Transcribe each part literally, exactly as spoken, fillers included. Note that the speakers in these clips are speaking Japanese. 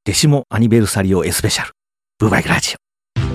デシモアニベルサリオエスペシャルブーバイクラジオ。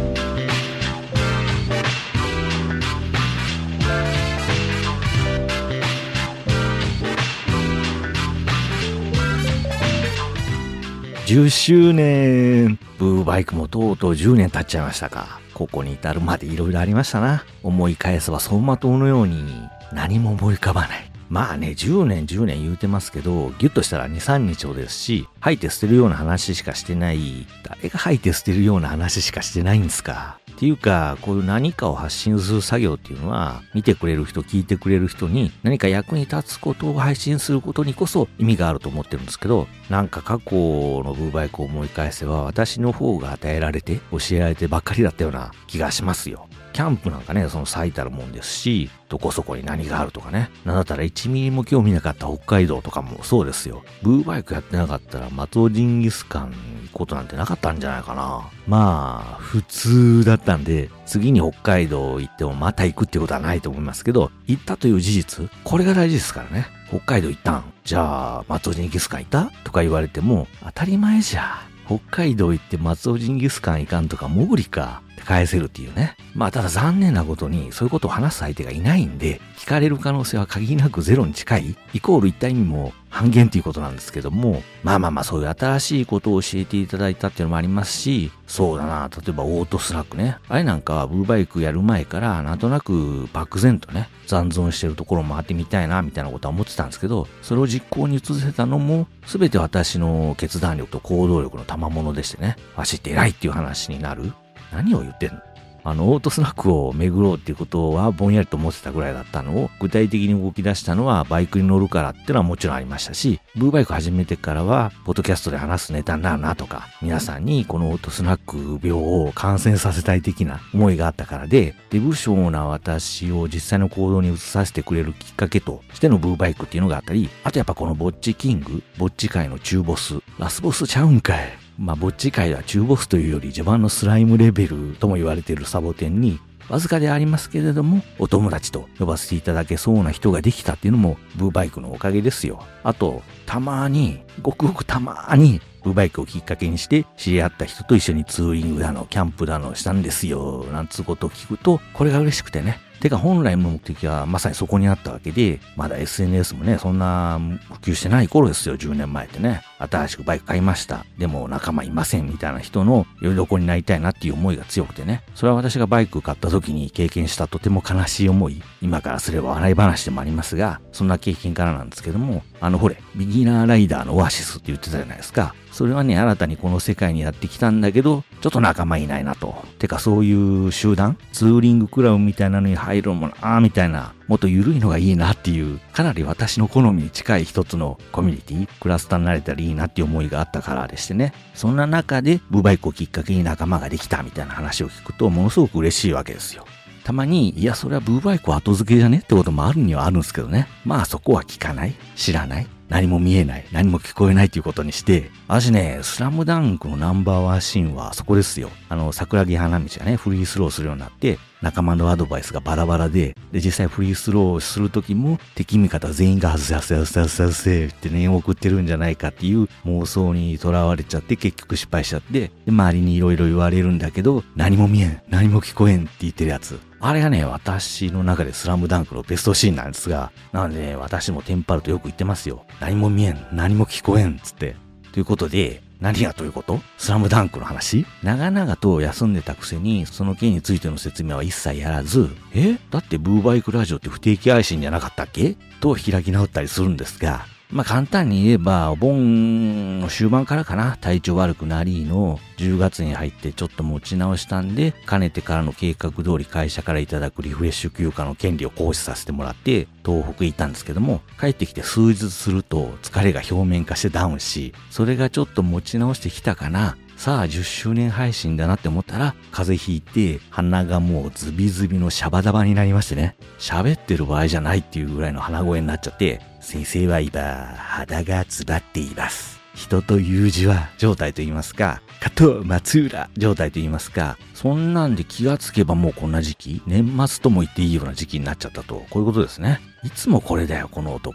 じゅっしゅうねん、ブーバイクもとうとうじゅうねん経っちゃいましたか。ここに至るまでいろいろありましたな。思い返せば走馬灯のように何も思い浮かばない。まあね、じゅうねんじゅうねん言うてますけど、ギュッとしたらに、さんにちほどですし、吐いて捨てるような話しかしてない。誰が吐いて捨てるような話しかしてないんですか。っていうか、こういう何かを発信する作業っていうのは、見てくれる人、聞いてくれる人に何か役に立つことを配信することにこそ意味があると思ってるんですけど、なんか過去のブーバイクを思い返せば、私の方が与えられて、教えられてばっかりだったような気がしますよ。キャンプなんかね、その最たるもんですし、どこそこに何があるとかね。なんだったらいちミリも興味なかった北海道とかもそうですよ。ブーバイクやってなかったら松尾ジンギスカン行くことなんてなかったんじゃないかな。まあ、普通だったんで、次に北海道行ってもまた行くってことはないと思いますけど、行ったという事実、これが大事ですからね。北海道行ったん？じゃあ、松尾ジンギスカン行った？とか言われても、当たり前じゃ。北海道行って松尾ジンギスカン行かんとかもぐりかって返せるっていうね。まあただ残念なことにそういうことを話す相手がいないんで、聞かれる可能性は限りなくゼロに近い、イコール言った意味も半減っていうことなんですけども、まあまあまあそういう新しいことを教えていただいたっていうのもありますし、そうだな、例えばオートスナックね。あれなんかはブーバイクやる前からなんとなく漠然とね、残存してるところも回ってみたいなみたいなことは思ってたんですけど、それを実行に移せたのも全て私の決断力と行動力の賜物でしてね、走って偉いっていう話になる。何を言ってんの？あの、オートスナックを巡ろうっていうことはぼんやりと思ってたぐらいだったのを、具体的に動き出したのはバイクに乗るからっていうのはもちろんありましたし、ブーバイク始めてからは、ポッドキャストで話すネタになるなとか、皆さんにこのオートスナック病を感染させたい的な思いがあったからで、で、不詳な私を実際の行動に移させてくれるきっかけとしてのブーバイクっていうのがあったり、あとやっぱこのぼっちキング、ぼっち界の中ボス、ラスボスちゃうんかい。まあ、ぼっち界は中ボスというより序盤のスライムレベルとも言われているサボテンに、わずかでありますけれども、お友達と呼ばせていただけそうな人ができたっていうのも、ブーバイクのおかげですよ。あと、たまに、ごくごくたまに、ブーバイクをきっかけにして知り合った人と一緒にツーリングだの、キャンプだのしたんですよ、なんつうことを聞くと、これが嬉しくてね。てか本来の目的はまさにそこにあったわけで、まだ エスエヌエス もね、そんな普及してない頃ですよ、じゅうねんまえってね。新しくバイク買いました。でも仲間いませんみたいな人のよりどこになりたいなっていう思いが強くてね。それは私がバイク買った時に経験したとても悲しい思い。今からすれば笑い話でもありますが、そんな経験からなんですけども、あのほれ、ビギナーライダーのオアシスって言ってたじゃないですか。それはね、新たにこの世界にやってきたんだけど、ちょっと仲間いないなと。てかそういう集団、ツーリングクラブみたいなのに入るもんな、みたいな、もっと緩いのがいいなっていう、かなり私の好みに近い一つのコミュニティ、クラスターになれたらいいなっていう思いがあったからでしてね。そんな中で、ブーバイクをきっかけに仲間ができたみたいな話を聞くと、ものすごく嬉しいわけですよ。たまに、いや、それはブーバイク後付けじゃねってこともあるにはあるんですけどね。まあそこは聞かない、知らない。何も見えない、何も聞こえないということにして、私ね、スラムダンクのナンバーワンシーンはそこですよ。あの、桜木花道がね、フリースローするようになって、仲間のアドバイスがバラバラで、で、実際フリースローするときも、敵味方全員が外せ外せ外せ外せって念を送ってるんじゃないかっていう妄想にとらわれちゃって、結局失敗しちゃって、で、周りにいろいろ言われるんだけど、何も見えん、何も聞こえんって言ってるやつ。あれがね、私の中でスラムダンクのベストシーンなんですが、なので、ね、私もテンパるとよく言ってますよ。何も見えん、何も聞こえん、つって。ということで、何がということ？スラムダンクの話？長々と休んでたくせに、その件についての説明は一切やらず、え？だってブーバイクラジオって不定期配信じゃなかったっけ？と開き直ったりするんですが、まあ簡単に言えば、お盆の終盤からかな、体調悪くなりの、じゅうがつに入ってちょっと持ち直したんで、かねてからの計画通り会社からいただくリフレッシュ休暇の権利を行使させてもらって、東北へ行ったんですけども、帰ってきて数日すると疲れが表面化してダウンし、それがちょっと持ち直してきたかな。さあじゅっしゅうねん配信だなって思ったら、風邪ひいて鼻がもうズビズビのシャバダバになりましてね。喋ってる場合じゃないっていうぐらいの鼻声になっちゃって、先生は今、肌がつばっています。人という字は状態と言いますか、加藤松浦状態と言いますか、そんなんで気がつけばもうこんな時期、年末とも言っていいような時期になっちゃったと、こういうことですね。いつもこれだよ、この男。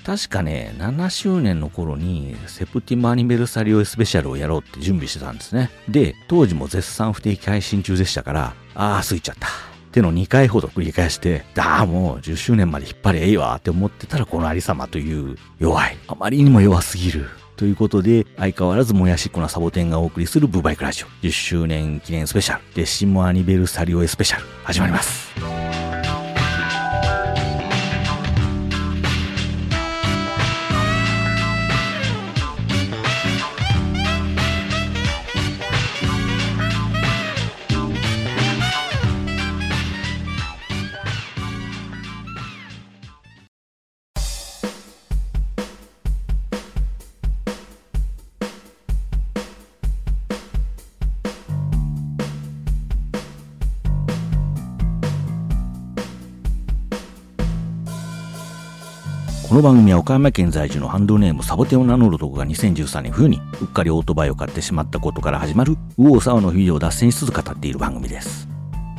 確かね、ななしゅうねんの頃にセプティムアニベルサリオスペシャルをやろうって準備してたんですね。で、当時も絶賛不定期配信中でしたから、あー、過ぎちゃった。ってのをにかいほど繰り返して、だーもうじゅっしゅうねんまで引っ張りええわって思ってたらこのありさまという弱い。あまりにも弱すぎる。ということで、相変わらずもやしっこなサボテンがお送りするブーバイクラジオじゅっしゅうねん記念スペシャルデシモアニベルサリオエスペシャル始まります。この番組は岡山県在住のハンドルネームサボテンを名乗る男がにせんじゅうさんねん冬にうっかりオートバイを買ってしまったことから始まる右往左往の日々を脱線しつつ語っている番組です。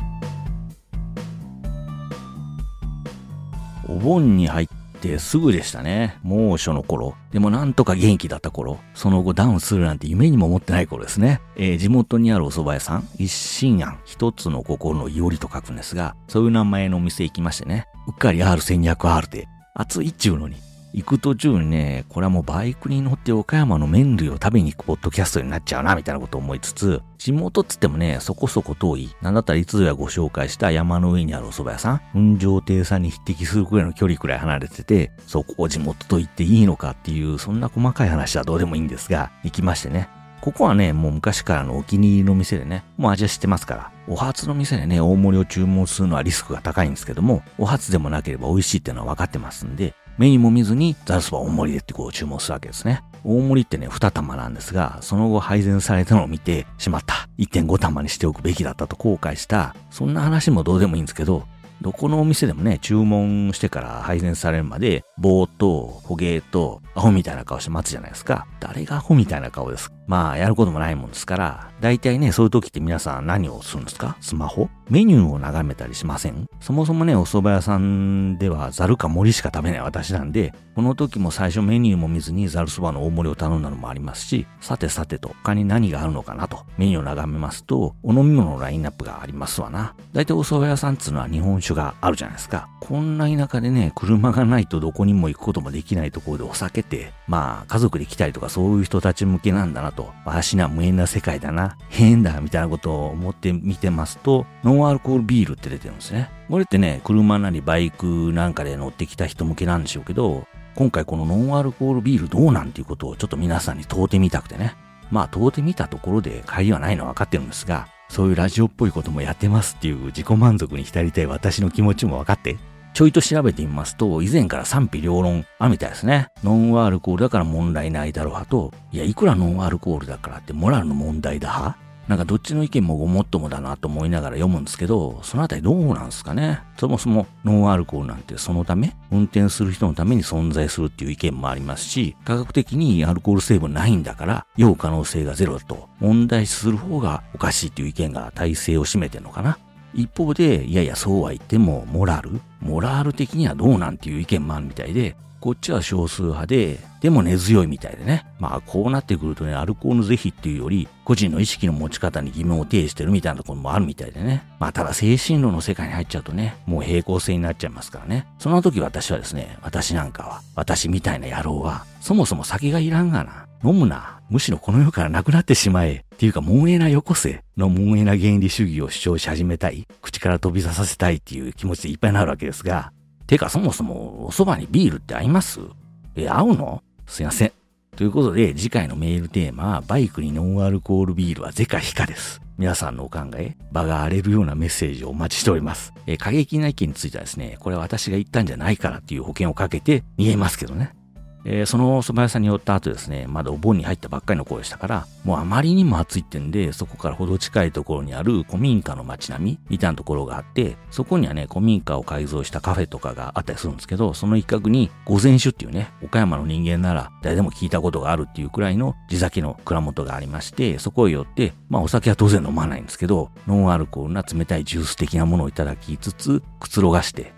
お盆に入ってすぐでしたね。猛暑の頃。でもなんとか元気だった頃。その後ダウンするなんて夢にも思ってない頃ですね。えー、地元にあるお蕎麦屋さん、一心庵、一つの心のいおりと書くんですが、そういう名前のお店行きましてね。うっかり アールせんにひゃくアール で暑いっちゅうのに。行く途中にね、これはもうバイクに乗って岡山の麺類を食べに行くポッドキャストになっちゃうな、みたいなことを思いつつ、地元っつってもね、そこそこ遠い、なんだったらいつぞやご紹介した山の上にあるお蕎麦屋さん、雲上亭さんに匹敵するくらいの距離くらい離れてて、そこを地元と言っていいのかっていう、そんな細かい話はどうでもいいんですが、行きましてね。ここはね、もう昔からのお気に入りの店でね、もう味は知ってますから、お初の店でね、大盛りを注文するのはリスクが高いんですけども、お初でもなければ美味しいっていうのは分かってますんで、メニューも見ずにざるそば大盛りでってこう注文するわけですね。大盛りってね、に玉なんですが、その後配膳されたのを見て、しまった。いってんご玉にしておくべきだったと後悔した、そんな話もどうでもいいんですけど、どこのお店でもね、注文してから配膳されるまで、ぼーっと、ほげーと、アホみたいな顔して待つじゃないですか。誰がアホみたいな顔ですか。まあ、やることもないもんですから、だいたいね、そういう時って皆さん何をするんですか？スマホ？メニューを眺めたりしません？そもそもね、お蕎麦屋さんではざるか盛りしか食べない私なんで、この時も最初メニューも見ずにざるそばの大盛りを頼んだのもありますし、さてさてと他に何があるのかなとメニューを眺めますと、お飲み物のラインナップがありますわな。だいたいお蕎麦屋さんっつうのは日本酒があるじゃないですか。こんな田舎でね、車がないとどこにも行くこともできないところでお酒って、まあ家族で来たりとかそういう人たち向けなんだなと、私には無縁な世界だな、変だみたいなことを思って見てますと、ノンアルコールビールって出てるんですね。これってね、車なりバイクなんかで乗ってきた人向けなんでしょうけど、今回このノンアルコールビールどうなんていうことをちょっと皆さんに問うてみたくてね。まあ問うてみたところで帰りはないのは分かってるんですが、そういうラジオっぽいこともやってますっていう自己満足に浸りたい私の気持ちも分かって、ちょいと調べてみますと、以前から賛否両論あるみたいですね。ノンアルコールだから問題ないだろう派と、いや、いくらノンアルコールだからってモラルの問題だ派？なんかどっちの意見もごもっともだなと思いながら読むんですけど、そのあたりどうなんですかね。そもそもノンアルコールなんてそのため、運転する人のために存在するっていう意見もありますし、科学的にアルコール成分ないんだから酔う可能性がゼロだと問題視する方がおかしいっていう意見が大勢を占めてるのかな。一方で、いやいやそうは言ってもモラルモラル的にはどうなんていう意見もあるみたいで、こっちは少数派で、でも根強いみたいでね。まあこうなってくるとね、アルコールの是非っていうより、個人の意識の持ち方に疑問を呈してるみたいなところもあるみたいでね。まあただ精神論の世界に入っちゃうとね、もう平行線になっちゃいますからね。その時私はですね、私なんかは、私みたいな野郎は、そもそも酒がいらんがな。飲むな。むしろこの世からなくなってしまえ。っていうか、門エナよこせの門エナ原理主義を主張し始めたい。口から飛び出させたいっていう気持ちでいっぱいになるわけですが、てかそもそもお蕎麦にビールって合います？え、合うの？すいません。ということで、次回のメールテーマは、バイクにノンアルコールビールは是か非かです。皆さんのお考え、場が荒れるようなメッセージをお待ちしております。えー、過激な意見についてはですね、これは私が言ったんじゃないからっていう保険をかけて言えますけどね。えー、その蕎麦屋さんに寄った後ですね、まだお盆に入ったばっかりの頃でしたから、もうあまりにも暑いってんで、そこからほど近いところにある古民家の街並みみたいなところがあって、そこにはね、古民家を改造したカフェとかがあったりするんですけど、その一角に御前酒っていうね、岡山の人間なら誰でも聞いたことがあるっていうくらいの地酒の蔵元がありまして、そこへ寄って、まあお酒は当然飲まないんですけど、ノンアルコールな冷たいジュース的なものをいただきつつ、くつろがして、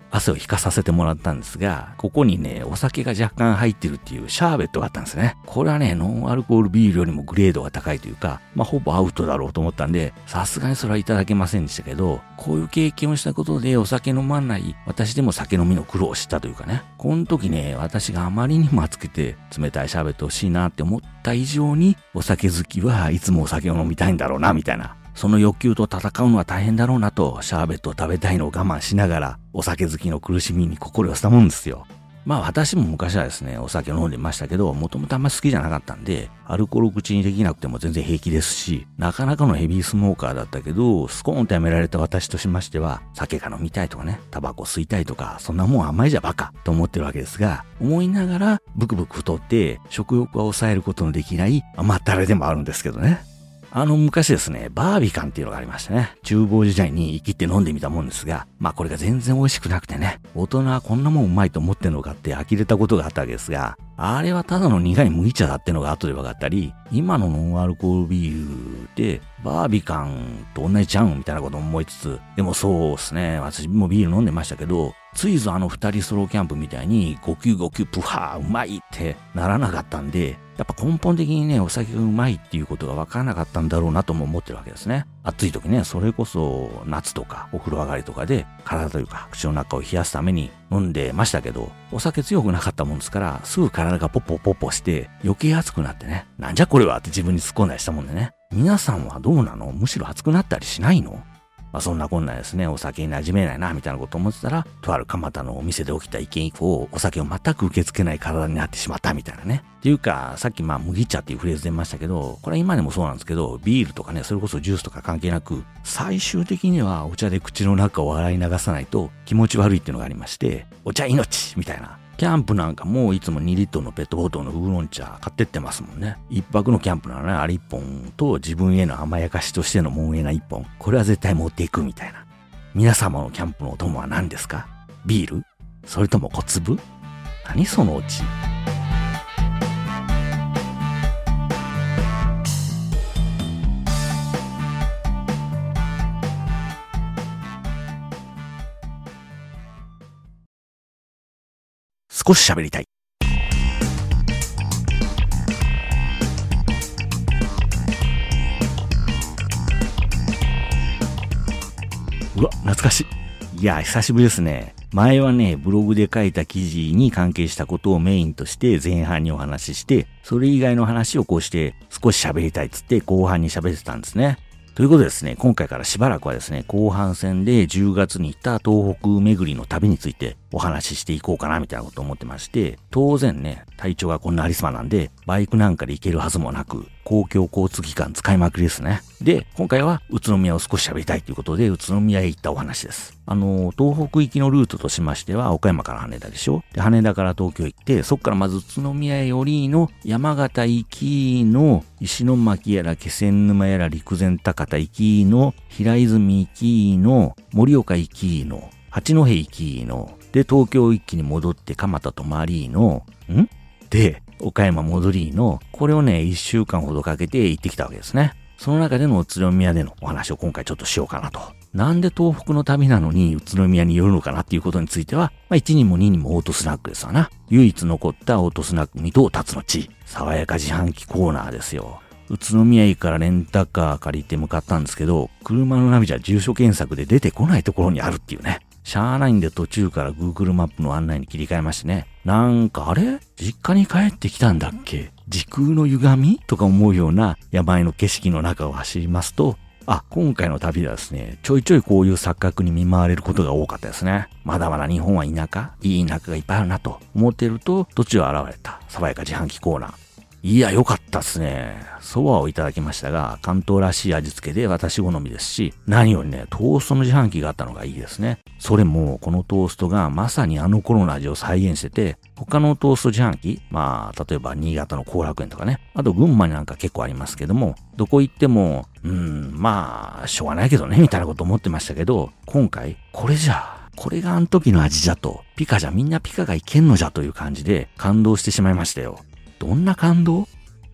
汗を引かさせてもらったんですが、ここにね、お酒が若干入ってるっていうシャーベットがあったんですね。これはね、ノンアルコールビールよりもグレードが高いというか、まあほぼアウトだろうと思ったんで、さすがにそれはいただけませんでしたけど、こういう経験をしたことでお酒飲まない私でも酒飲みの苦労を知ったというかね、この時ね、私があまりにも熱くて冷たいシャーベット欲しいなって思った以上に、お酒好きはいつもお酒を飲みたいんだろうな、みたいな。その欲求と戦うのは大変だろうなと、シャーベットを食べたいのを我慢しながら、お酒好きの苦しみに心をしたもんですよ。まあ私も昔はですね、お酒を飲んでましたけど、もともとあんま好きじゃなかったんで、アルコールを口にできなくても全然平気ですし、なかなかのヘビースモーカーだったけど、スコーンとやめられた私としましては、酒が飲みたいとかね、タバコ吸いたいとか、そんなもん甘いじゃバカと思ってるわけですが、思いながらブクブク太って、食欲は抑えることのできない甘ったれでもあるんですけどね。あの昔ですね、バービカンっていうのがありましてね、厨房時代に生きって飲んでみたもんですが、まあこれが全然美味しくなくてね、大人はこんなもんうまいと思ってんのかって呆れたことがあったわけですが、あれはただの苦い麦茶だってのが後で分かったり、今のノンアルコールビールってバービカンと同じちゃうんみたいなことを思いつつ、でもそうですね、私もビール飲んでましたけど、ついぞあの二人ソロキャンプみたいにごきゅうごきゅうプハーうまいってならなかったんで、やっぱ根本的にね、お酒がうまいっていうことが分からなかったんだろうなとも思ってるわけですね。暑い時ね、それこそ夏とかお風呂上がりとかで体というか口の中を冷やすために飲んでましたけど、お酒強くなかったもんですから、すぐ体がポッポポッポして余計熱くなってね、なんじゃこれはって自分に突っ込んだりしたもんでね。皆さんはどうなの？むしろ熱くなったりしないの？まあそんなこんなですね、お酒に馴染めないなみたいなことを思ってたら、とある蒲田のお店で起きた意見以降、お酒を全く受け付けない体になってしまったみたいなね。っていうか、さっきまあ麦茶っていうフレーズ出ましたけど、これは今でもそうなんですけど、ビールとかね、それこそジュースとか関係なく、最終的にはお茶で口の中を洗い流さないと気持ち悪いっていうのがありまして、お茶命みたいな。キャンプなんかもいつもにリットルのペットボトルのウーロン茶買ってってますもんね。一泊のキャンプならね、あれ一本と自分への甘やかしとしての門へな一本。これは絶対持っていくみたいな。皆様のキャンプのお供は何ですか？ビール？それとも小粒？何そのうち。少し喋りたい。うわ、懐かしい。いや、久しぶりですね。前はね、ブログで書いた記事に関係したことをメインとして前半にお話しして、それ以外の話をこうして少し喋りたいっつって後半に喋ってたんですね。ということでですね、今回からしばらくはですね、後半戦でじゅうがつに行った東北巡りの旅についてお話ししていこうかなみたいなことを思ってまして、当然ね、体調がこんなありさまなんで、バイクなんかで行けるはずもなく、公共交通機関使いまくりですね。で、今回は宇都宮を少し喋りたいということで、宇都宮へ行ったお話です。あの、東北行きのルートとしましては、岡山から羽田でしょ。で、羽田から東京行って、そっからまず宇都宮へ寄りの山形行きの石巻やら気仙沼やら陸前高田行きの平泉行きの盛岡行きの八戸行きので、東京一気に戻って蒲田泊まりの、んで、岡山戻りの、これをね、一週間ほどかけて行ってきたわけですね。その中での宇都宮でのお話を今回ちょっとしようかなと。なんで東北の旅なのに宇都宮に寄るのかなっていうことについては、まあいちにもににもオートスナックですわな。唯一残ったオートスナック水戸辰の地。爽やか自販機コーナーですよ。宇都宮駅からレンタカー借りて向かったんですけど、車のナビじゃ住所検索で出てこないところにあるっていうね。しゃーないんで途中から Google マップの案内に切り替えましてね。なんかあれ？実家に帰ってきたんだっけ？時空の歪み？とか思うような山あいの景色の中を走りますと、あ、今回の旅ではですね、ちょいちょいこういう錯覚に見舞われることが多かったですね。まだまだ日本は田舎、いい田舎がいっぱいあるなと思っていると、途中現れた爽やか自販機コーナー。いや、良かったっすね。蕎麦をいただきましたが、関東らしい味付けで私好みですし、何よりね、トーストの自販機があったのがいいですね。それも、このトーストがまさにあの頃の味を再現してて、他のトースト自販機、まあ、例えば新潟の後楽園とかね、あと群馬になんか結構ありますけども、どこ行っても、うーん、まあ、しょうがないけどね、みたいなこと思ってましたけど、今回、これじゃ、これがあの時の味じゃと、ピカじゃみんなピカがいけんのじゃという感じで感動してしまいましたよ。どんな感動？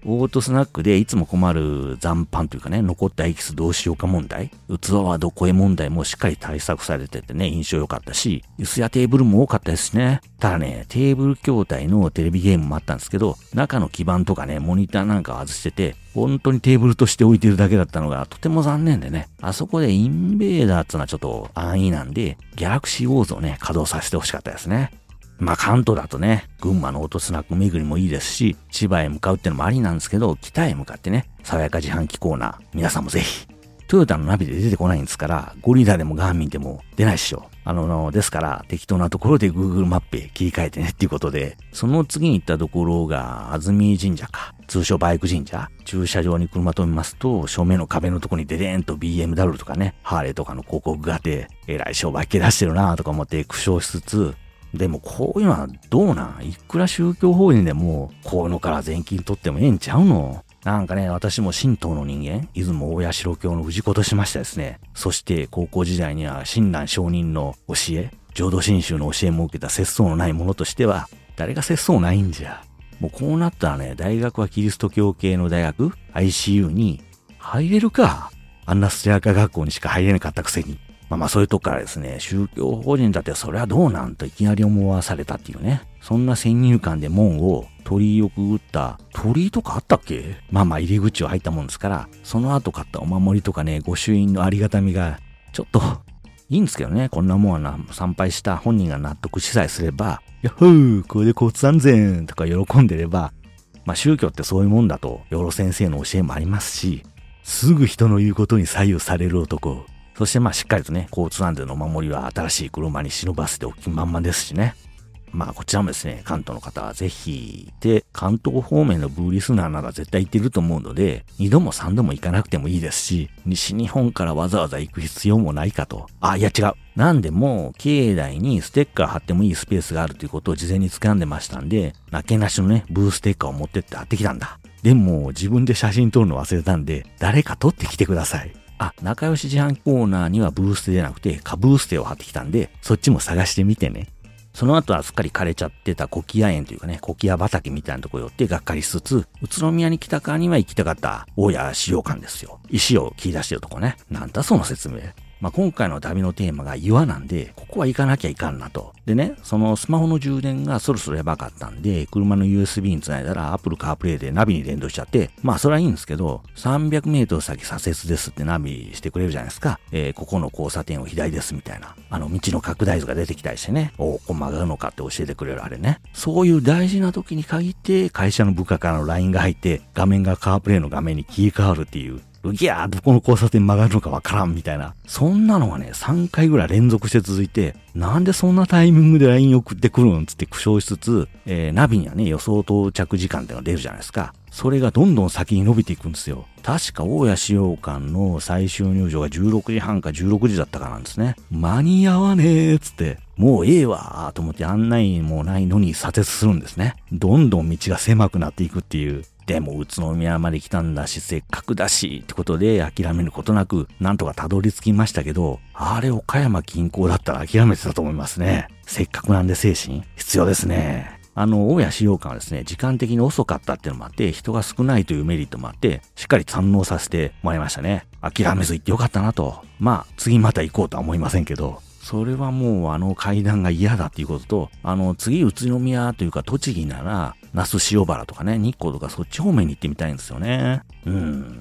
オートスナックでいつも困る残飯というかね、残ったエキスどうしようか問題、器はどこへ問題もしっかり対策されててね、印象良かったし、椅子やテーブルも多かったですね。ただね、テーブル筐体のテレビゲームもあったんですけど、中の基板とかね、モニターなんか外してて、本当にテーブルとして置いてるだけだったのがとても残念でね、あそこでインベーダーってのはちょっと安易なんで、ギャラクシーウォーズをね、稼働させてほしかったですね。まあ関東だとね、群馬のオートスナック巡りもいいですし、千葉へ向かうってのもありなんですけど、北へ向かってね、爽やか自販機コーナー、皆さんもぜひ。トヨタのナビで出てこないんですから、ゴリラでもガーミンでも出ないっしょ。あの、ですから適当なところで Google マップへ切り替えてねっていうことで、その次に行ったところが安住神社か、通称バイク神社。駐車場に車止めますと、正面の壁のところにデデーンと ビーエムダブリュー とかね、ハーレーとかの広告があって、えらい商売系出してるなぁとか思って苦笑しつつ、でもこういうのはどうなん？いくら宗教法人でも、こういうのから税金取ってもええんちゃうの？なんかね、私も神道の人間、出雲大社教の氏子としましてですね、そして高校時代には親鸞上人の教え、浄土真宗の教えも受けた節操のないものとしては、誰が節操ないんじゃ。もうこうなったらね、大学はキリスト教系の大学、アイシーユー に入れるか。あんなステアカ学校にしか入れなかったくせに。まあまあそういうとこからですね、宗教法人だってそれはどうなんといきなり思わされたっていうね。そんな先入観で門を鳥居をくぐった、鳥居とかあったっけ？まあまあ入り口を入ったもんですから、その後買ったお守りとかね、御朱印のありがたみが、ちょっと、いいんですけどね、こんなもんはな、参拝した本人が納得しさえすれば、やっほー、これで交通安全とか喜んでれば、まあ宗教ってそういうもんだと、養老先生の教えもありますし、すぐ人の言うことに左右される男。そしてまあしっかりとね、交通安全のお守りは新しい車に忍ばせておきまんまですしね。まあこちらもですね、関東の方はぜひ、で、関東方面のブーリスナーなら絶対行ってると思うので、二度も三度も行かなくてもいいですし、西日本からわざわざ行く必要もないかと。あ、いや違う。なんでも、境内にステッカー貼ってもいいスペースがあるということを事前に掴んでましたんで、なけなしのね、ブーステッカーを持ってって貼ってきたんだ。でも、自分で写真撮るの忘れたんで、誰か撮ってきてください。あ、仲良し自販機コーナーにはブーステじゃなくて、カブーステを貼ってきたんで、そっちも探してみてね。その後はすっかり枯れちゃってたコキア園というかね、コキア畑みたいなところ寄ってがっかりしつつ、宇都宮に来たからには行きたかった大谷資料館ですよ。石を切り出してるとこね。なんだその説明。まあ、今回の旅のテーマが岩なんで、ここは行かなきゃいかんなと。でね、そのスマホの充電がそろそろやばかったんで、車の ユーエスビー につないだら Apple CarPlay でナビに連動しちゃって、まあそれはいいんですけど、さんびゃくメートル先左折ですってナビしてくれるじゃないですか。えー、ここの交差点を左ですみたいな。あの道の拡大図が出てきたりしてね、おここ曲がるのかって教えてくれるあれね。そういう大事な時に限って会社の部下からの ライン が入って、画面が CarPlay の画面に切り替わるっていう。ギャーどこの交差点曲がるのかわからんみたいな。そんなのがね、さんかいぐらい連続して続いて、なんでそんなタイミングで ライン 送ってくるんつって苦笑しつつ、えー、ナビにはね、予想到着時間ってのが出るじゃないですか。それがどんどん先に伸びていくんですよ。確か大谷資料館の最終入場がじゅうろくじはんかじゅうろくじだったかなんですね。間に合わねーっつって、もうええわーと思って案内もないのに左折するんですね。どんどん道が狭くなっていくっていう。でも宇都宮まで来たんだし、せっかくだし、ってことで諦めることなく、なんとかたどり着きましたけど、あれ岡山近郊だったら諦めてたと思いますね。せっかくなんで精神必要ですね。あの、大谷資料館はですね、時間的に遅かったっていうのもあって、人が少ないというメリットもあって、しっかり堪能させてもらいましたね。諦めず行ってよかったなと。まあ、次また行こうとは思いませんけど、それはもうあの階段が嫌だっていうことと、あの、次宇都宮というか栃木なら、那須塩原とかね、日光とかそっち方面に行ってみたいんですよね。うん。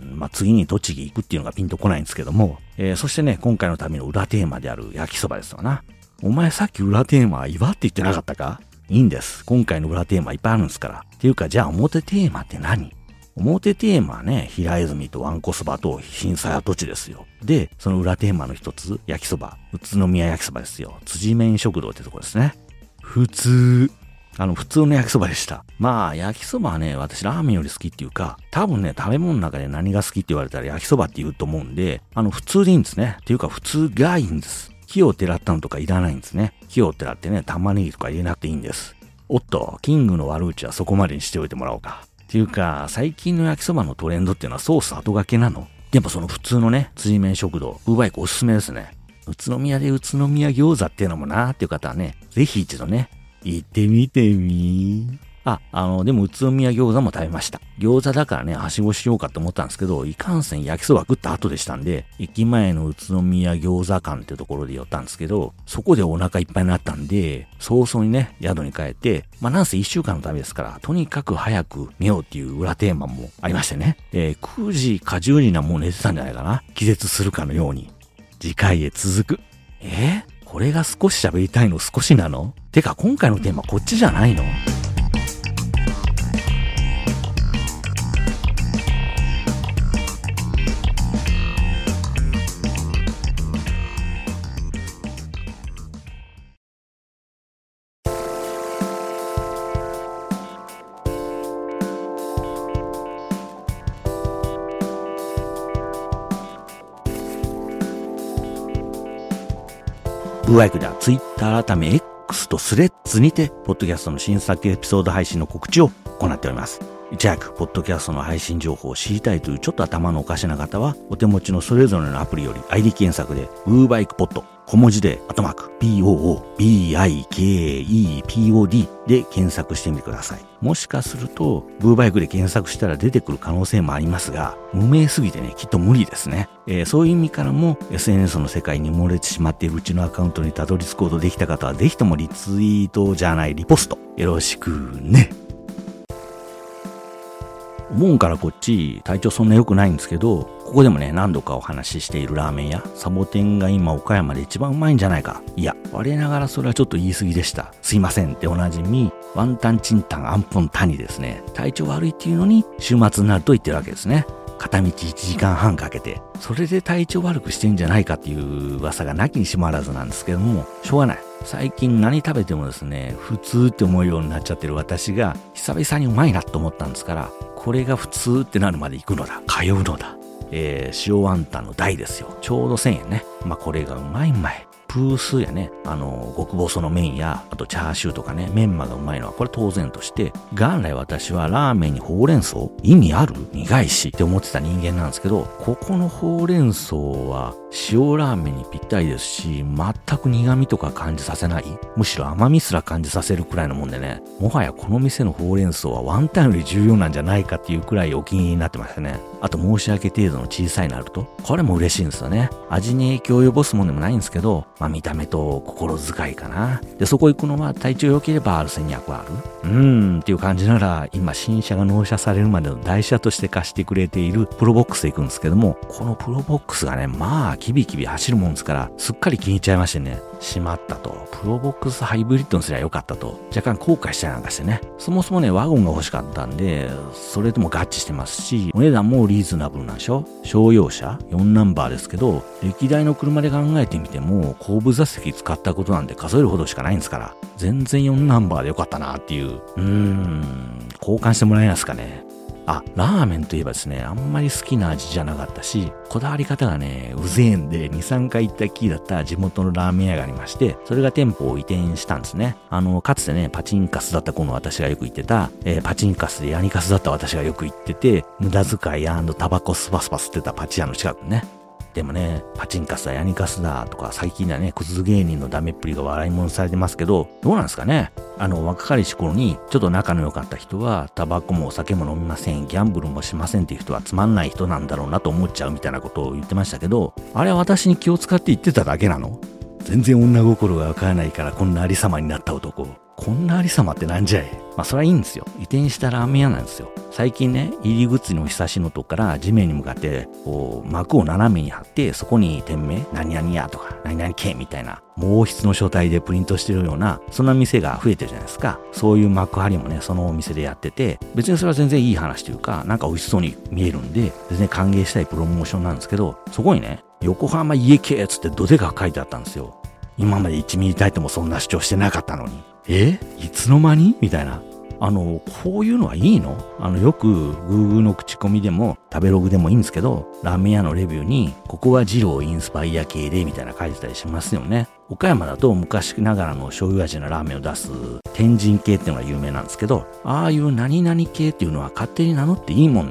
まあ、次に栃木行くっていうのがピンとこないんですけども、えー、そしてね、今回の旅の裏テーマである焼きそばですよな。お前さっき裏テーマは岩って言ってなかったか？いいんです。今回の裏テーマいっぱいあるんですから。っていうか、じゃあ表テーマって何？表テーマはね、平泉とわんこそばと震災跡地ですよ。で、その裏テーマの一つ、焼きそば。宇都宮焼きそばですよ。辻面食堂ってとこですね。普通。あの、普通の焼きそばでした。まあ、焼きそばはね、私ラーメンより好きっていうか、多分ね、食べ物の中で何が好きって言われたら焼きそばって言うと思うんで、あの、普通でいいんですね。っていうか、普通がいいんです。木をてらったのとかいらないんですね。木をてらってね、玉ねぎとか入れなくていいんです。おっと、キングの悪口はそこまでにしておいてもらおうか。っていうか、最近の焼きそばのトレンドっていうのはソース後掛けなの？やっぱその普通のね、辻面食堂、ウーバイクおすすめですね。宇都宮で宇都宮餃子っていうのもなーっていう方はね、ぜひ一度ね、行ってみてみー。 あ、あの、でも宇都宮餃子も食べました。餃子だからね、はしごしようかと思ったんですけど、いかんせん焼きそば食った後でしたんで、駅前の宇都宮餃子館ってところで寄ったんですけど、そこでお腹いっぱいになったんで、早々にね、宿に帰って、まあなんせいっしゅうかんの旅ですから、とにかく早く寝ようっていう裏テーマもありましてね。えー、くじかじゅうじにはもう寝てたんじゃないかな。気絶するかのように。次回へ続く。えー、これが少し喋りたいの少しなの？てか今回のテーマこっちじゃないの？ブーバイクではツイッター改め X とスレッズにて、ポッドキャストの新作エピソード配信の告知を行っております。いち早く、ポッドキャストの配信情報を知りたいというちょっと頭のおかしな方は、お手持ちのそれぞれのアプリより アイディー 検索で、ブーバイクポッド、小文字で、アットマーク、ピーオーオービーアイケーイーピーオーディー で検索してみてください。もしかすると、ブーバイクで検索したら出てくる可能性もありますが、無名すぎてね、きっと無理ですね。えー、そういう意味からも、エスエヌエス の世界に漏れてしまっているうちのアカウントにたどり着くことできた方は、ぜひともリツイートじゃない、リポスト、よろしくね。思うからこっち体調そんな良くないんですけど、ここでもね何度かお話ししているラーメン屋サボテンが今岡山で一番うまいんじゃないか。いや我ながらそれはちょっと言い過ぎでした。すいませんっておなじみワンタンチンタンアンポンタニですね。体調悪いっていうのに週末になると言ってるわけですね。片道いちじかんはんかけてそれで体調悪くしてんじゃないかっていう噂がなきにしもあらずなんですけども、しょうがない。最近何食べてもですね普通って思うようになっちゃってる私が久々にうまいなと思ったんですから、これが普通ってなるまで行くのだ、通うのだ。えー、塩ワンタンの大ですよ。ちょうどせんえんね。まあ、これがうまいうまい。プースやね。あの、極細の麺や、あとチャーシューとかね、メンマがうまいのはこれ当然として、元来私はラーメンにほうれん草意味ある？苦いしって思ってた人間なんですけど、ここのほうれん草は塩ラーメンにぴったりですし、全く苦味とか感じさせない。むしろ甘みすら感じさせるくらいのもんでね、もはやこの店のほうれん草はワンタンより重要なんじゃないかっていうくらいお気に入りになってましたね。あと申し訳程度の小さいナルト。これも嬉しいんですよね。味に影響を及ぼすもんでもないんですけど、まあ見た目と心遣いかな。で、そこ行くのは体調良ければ アールせんにひゃくアール？ うーんっていう感じなら、今新車が納車されるまでの台車として貸してくれているプロボックスで行くんですけども、このプロボックスがね、まあキビキビ走るもんですから、すっかり気に入っちゃいましてね、しまったと。プロボックスハイブリッドにすりゃよかったと、若干後悔したりなんかしてね。そもそもね、ワゴンが欲しかったんで、それとも合致してますし、お値段もリーズナブルなんでしょ。商用車よんナンバーですけど、歴代の車で考えてみても、後部座席使ったことなんて数えるほどしかないんですから、全然よんナンバーでよかったなっていう。うーん、交換してもらえますかね。あ、ラーメンといえばですね、あんまり好きな味じゃなかったし、こだわり方がね、うぜえんでに、さんかい行ったきりだった地元のラーメン屋がありまして、それが店舗を移転したんですね。あの、かつてね、パチンカスだった頃の私がよく行ってた、えー、パチンカスでヤニカスだった私がよく行ってて、無駄遣い&タバコスパスパ吸ってたパチ屋の近くね。でもね、パチンカスだ、ヤニカスだとか、最近だね、クズ芸人のダメっぷりが笑い物されてますけど、どうなんですかね。あの、若かりし頃に、ちょっと仲の良かった人は、タバコもお酒も飲みません、ギャンブルもしませんっていう人はつまんない人なんだろうなと思っちゃうみたいなことを言ってましたけど、あれは私に気を使って言ってただけなの？全然女心がわからないからこんなありさまになった男。こんなありさまってなんじゃい。まあそれはいいんですよ。移転したラーメン屋なんですよ。最近ね、入り口のひさしのとこから地面に向かって、こう、幕を斜めに貼って、そこに店名、何々屋とか、何々系みたいな、毛筆の書体でプリントしてるような、そんな店が増えてるじゃないですか。そういう幕張もね、そのお店でやってて、別にそれは全然いい話というか、なんか美味しそうに見えるんで、全然歓迎したいプロモーションなんですけど、そこにね、横浜家系っつってどでかく書いてあったんですよ。今までいちミリたりともそんな主張してなかったのに。え？いつの間に？みたいな。あの、こういうのはいいの？あの、よく Google の口コミでも食べログでもいいんですけど、ラーメン屋のレビューに、ここは二郎インスパイア系でみたいな書いてたりしますよね。岡山だと昔ながらの醤油味のラーメンを出す天神系っていうのが有名なんですけど、ああいう何々系っていうのは勝手に名乗っていいもんなの？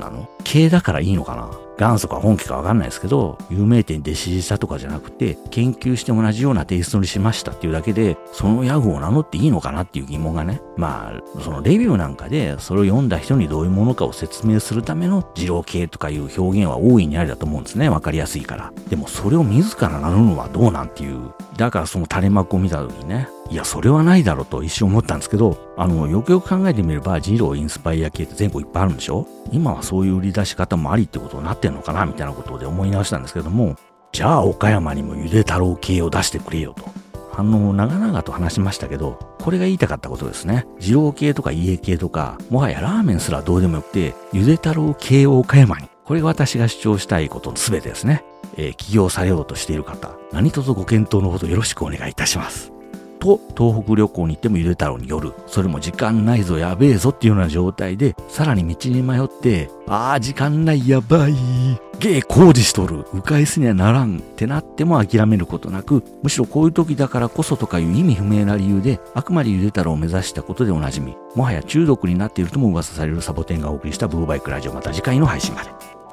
系だからいいのかな。元祖か本家かわかんないですけど、有名店に弟子したとかじゃなくて、研究して同じようなテイストにしましたっていうだけで、その屋号を名乗っていいのかなっていう疑問がね。まあ、そのレビューなんかで、それを読んだ人にどういうものかを説明するための二郎系とかいう表現は大いにありだと思うんですね。わかりやすいから。でもそれを自ら名乗るのはどうなんていう。だからその垂れ幕を見た時にね、いや、それはないだろうと一瞬思ったんですけど、あの、よくよく考えてみれば、二郎インスパイア系って全国いっぱいあるんでしょ？今はそういう売り出し方もありってことになってんのかなみたいなことで思い直したんですけども、じゃあ岡山にもゆで太郎系を出してくれよと。あの、長々と話しましたけど、これが言いたかったことですね。二郎系とか家系とか、もはやラーメンすらどうでもよくて、ゆで太郎系を岡山に。これが私が主張したいことの全てですね。えー、起業されようとしている方、何卒ご検討のほどよろしくお願いいたします。と、東北旅行に行ってもゆで太郎による。それも時間ないぞ、やべえぞっていうような状態で、さらに道に迷って、あー時間ない、やばい。ゲー工事しとる。迂回すにはならん。ってなっても諦めることなく、むしろこういう時だからこそとかいう意味不明な理由で、あくまでゆで太郎を目指したことでおなじみ。もはや中毒になっているとも噂されるサボテンがお送りしたブーバイクラジオ。また次回の配信まで。